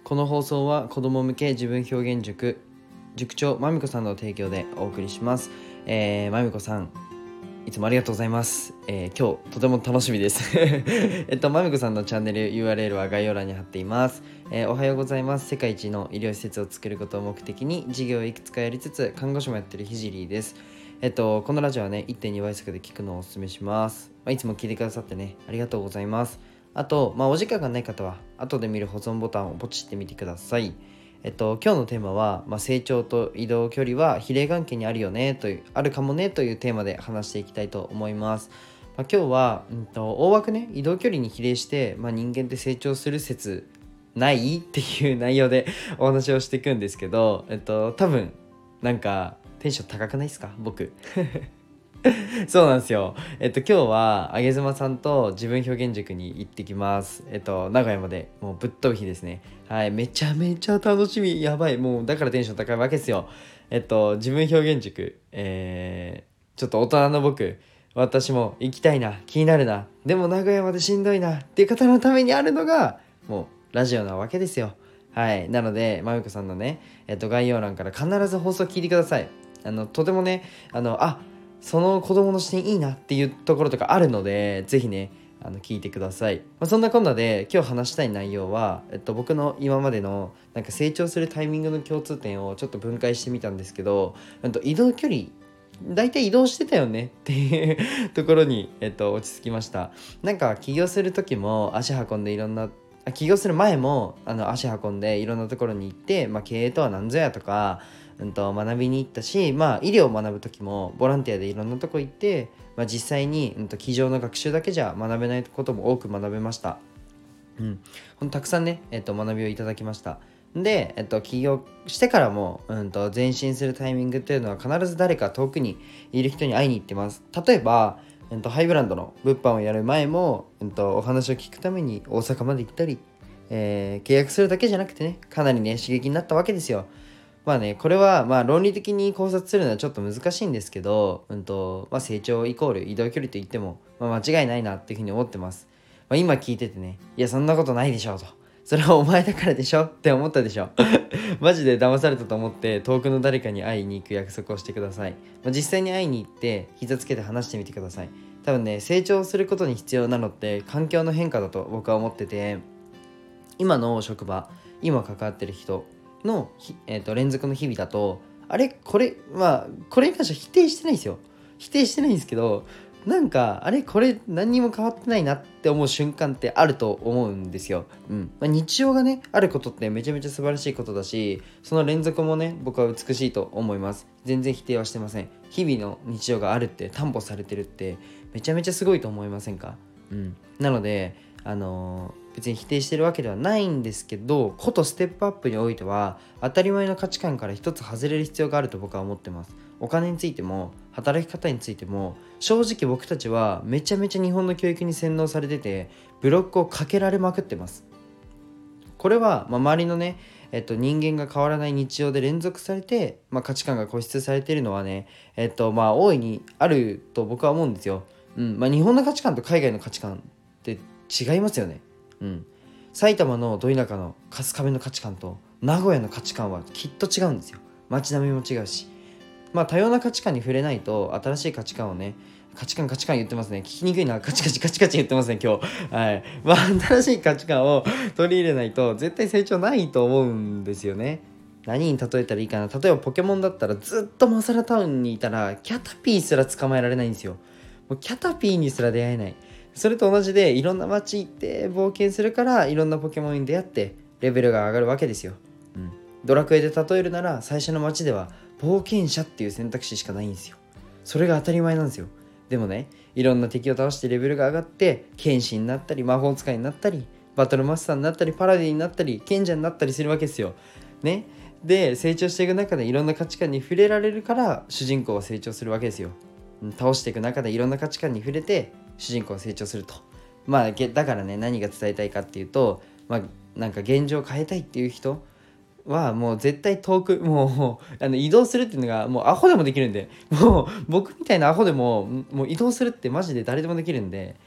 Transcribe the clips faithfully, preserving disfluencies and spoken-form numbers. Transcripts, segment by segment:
この放送は子ども向け自分表現塾塾長まみこさんの提供でお送りします。えー、まみこさんいつもありがとうございます。えー、今日とても楽しみですえっとまみこさんのチャンネル ユーアールエル は概要欄に貼っています。えー、おはようございます。世界一の医療施設を作ることを目的に事業をいくつかやりつつ看護師もやってるひじりです。えっとこのラジオはね いってんに 倍速で聞くのをお勧めします。まあ、いつも聞いてくださってねありがとうございます。あと、まあ、お時間がない方は後で見る保存ボタンをポチってみてください。えっと、今日のテーマは、まあ、成長と移動距離は比例関係にあるよねというあるかもねというテーマで話していきたいと思います。まあ、今日は、うん、と大枠ね移動距離に比例して、まあ、人間って成長する説ないっていう内容でお話をしていくんですけど、えっと、多分なんかテンション高くないですか僕そうなんですよ。えっと今日はあげずまさんと自分表現塾に行ってきます。えっと名古屋までもうぶっ飛ぶ日ですね。はい、めちゃめちゃ楽しみ。やばい、もうだからテンション高いわけですよ。えっと自分表現塾、えー、ちょっと大人の僕、私も行きたいな、気になるな、でも名古屋までしんどいなっていう方のためにあるのがもうラジオなわけですよ。はい、なのでまみこさんのね、えっと概要欄から必ず放送聞いてください。あのとてもね、あのあその子供の視点いいなっていうところとかあるので、ぜひねあの聞いてください。まあ、そんなこんなで今日話したい内容は、えっと、僕の今までのなんか成長するタイミングの共通点をちょっと分解してみたんですけど、えっと、移動距離だいたい移動してたよねっていうところに、えっと、落ち着きました。なんか起業する時も足運んでいろんな起業する前もあの足運んでいろんなところに行って、まあ、経営とは何ぞやとかうんと学びに行ったし、まあ、医療を学ぶ時もボランティアでいろんなとこ行って、まあ、実際に、うんと、机上の学習だけじゃ学べないことも多く学べました。うん、ほんとたくさんね、えっと、学びをいただきました。で、えっと、起業してからも、うんと、前進するタイミングっていうのは必ず誰か遠くにいる人に会いに行ってます。例えば、うんと、ハイブランドの物販をやる前も、うんと、お話を聞くために大阪まで行ったり、えー、契約するだけじゃなくてね、かなりね刺激になったわけですよ。まあね、これはまあ論理的に考察するのはちょっと難しいんですけど、うんとまあ、成長イコール移動距離といっても、まあ、間違いないなっていうふうに思ってます。まあ、今聞いててね、いやそんなことないでしょうと、それはお前だからでしょって思ったでしょマジで騙されたと思って遠くの誰かに会いに行く約束をしてください。まあ、実際に会いに行って膝つけて話してみてください。多分ね、成長することに必要なのって環境の変化だと僕は思ってて、今の職場、今関わってる人の、えー、と連続の日々だと、あれこれまあこれに関しては否定してないんですよ。否定してないんですけど、なんかあれこれ何にも変わってないなって思う瞬間ってあると思うんですよ。うんまあ、日常がねあることってめちゃめちゃ素晴らしいことだし、その連続もね僕は美しいと思います。全然否定はしてません。日々の日常があるって担保されてるってめちゃめちゃすごいと思いませんか？うん、なのであのー別に否定してるわけではないんですけど、ことステップアップにおいては当たり前の価値観から一つ外れる必要があると僕は思ってます。お金についても働き方についても正直僕たちはめちゃめちゃ日本の教育に洗脳されてて、ブロックをかけられまくってます。これは、まあ、周りのね、えっと、人間が変わらない日常で連続されて、まあ、価値観が固執されているのはね、えっとまあ大いにあると僕は思うんですよ。うんまあ、日本の価値観と海外の価値観って違いますよね。うん、埼玉のど田舎の春日部の価値観と名古屋の価値観はきっと違うんですよ。街並みも違うし、まあ多様な価値観に触れないと新しい価値観をね、価値観価値観言ってますね、聞きにくいな、カチカチカチカチ言ってますね今日。はい、まあ新しい価値観を取り入れないと絶対成長ないと思うんですよね。何に例えたらいいかな。例えばポケモンだったらずっとマサラタウンにいたらキャタピーすら捕まえられないんですよ。もうキャタピーにすら出会えない。それと同じでいろんな街行って冒険するからいろんなポケモンに出会ってレベルが上がるわけですよ。うん、ドラクエで例えるなら最初の街では冒険者っていう選択肢しかないんですよ。それが当たり前なんですよ。でもね、いろんな敵を倒してレベルが上がって剣士になったり魔法使いになったりバトルマスターになったりパラディになったり賢者になったりするわけですよ。ね。で成長していく中でいろんな価値観に触れられるから主人公は成長するわけですよ。倒していく中でいろんな価値観に触れて主人公は成長すると。まあだからね、何が伝えたいかっていうと、まあなんか現状を変えたいっていう人はもう絶対遠く、もうあの移動するっていうのがもうアホでもできるんで、もう僕みたいなアホでももう移動するってマジで誰でもできるんで、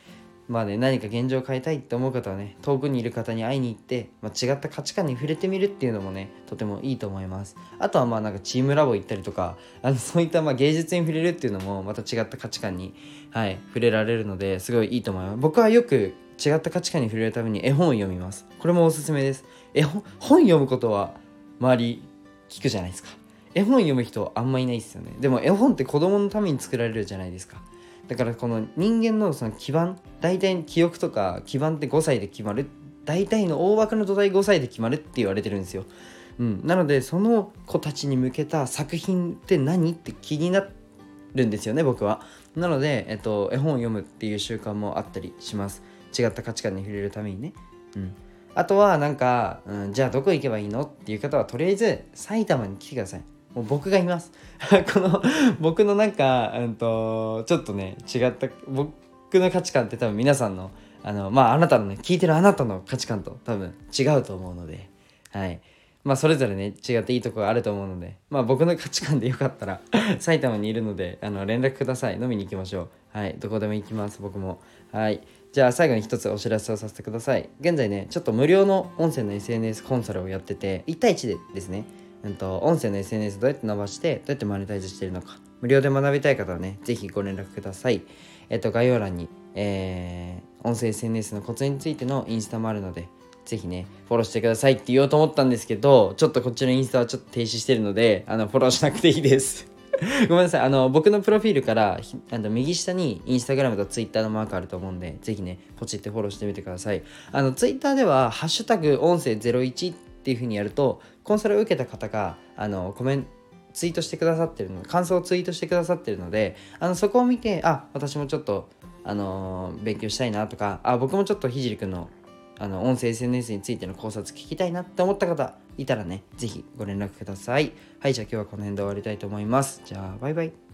まあね、何か現状を変えたいって思う方はね、遠くにいる方に会いに行って、まあ、違った価値観に触れてみるっていうのもね、とてもいいと思います。あとはまあなんかチームラボ行ったりとか、あのそういったまあ芸術に触れるっていうのもまた違った価値観に、はい、触れられるので、すごいいいと思います。僕はよく違った価値観に触れるために絵本を読みます。これもおすすめです。絵本、本読むことは周り聞くじゃないですか。絵本読む人あんまいないですよね。でも絵本って子供のために作られるじゃないですか。だからこの人間のその基盤、大体記憶とか基盤ってごさいで決まる、大体の大枠の土台ごさいで決まるって言われてるんですよ。うん、なのでその子たちに向けた作品って何って気になるんですよね、僕は。なので、えっと、絵本を読むっていう習慣もあったりします。違った価値観に触れるためにね。うん、あとはなんか、うん、じゃあどこ行けばいいのっていう方はとりあえず埼玉に来てください。もう僕がいますこの僕のなんか、うんと、ちょっとね違った僕の価値観って多分皆さんのあのまああなたのね聞いてるあなたの価値観と多分違うと思うので、はいまあそれぞれね違っていいところがあると思うので、まあ僕の価値観でよかったら埼玉にいるのであの連絡ください。飲みに行きましょう。はい、どこでも行きます。僕も。はい、じゃあ最後に一つお知らせをさせてください。現在ねちょっと無料の音声の エスエヌエス コンサルをやってて、いち対いちでですね、うんと、音声の エスエヌエス どうやって伸ばしてどうやってマネタイズしているのか、無料で学びたい方はねぜひご連絡ください。えっと概要欄に、えー、音声 エスエヌエス のコツについてのインスタもあるので、ぜひねフォローしてくださいって言おうと思ったんですけど、ちょっとこっちのインスタはちょっと停止してるので、あのフォローしなくていいですごめんなさい。あの僕のプロフィールからあの右下にインスタグラムとツイッターのマークあると思うんで、ぜひねポチってフォローしてみてください。あのツイッターではハッシュタグ音声ゼロイチっていう風にやると、コンサルを受けた方があのコメントツイートしてくださってるので、感想をツイートしてくださってるので、あのそこを見て、あ、私もちょっとあのー勉強したいなとか、あ、僕もちょっとひじりくんのあの音声 エスエヌエス についての考察聞きたいなって思った方いたらね、ぜひご連絡ください。はい、じゃあ今日はこの辺で終わりたいと思います。じゃあバイバイ。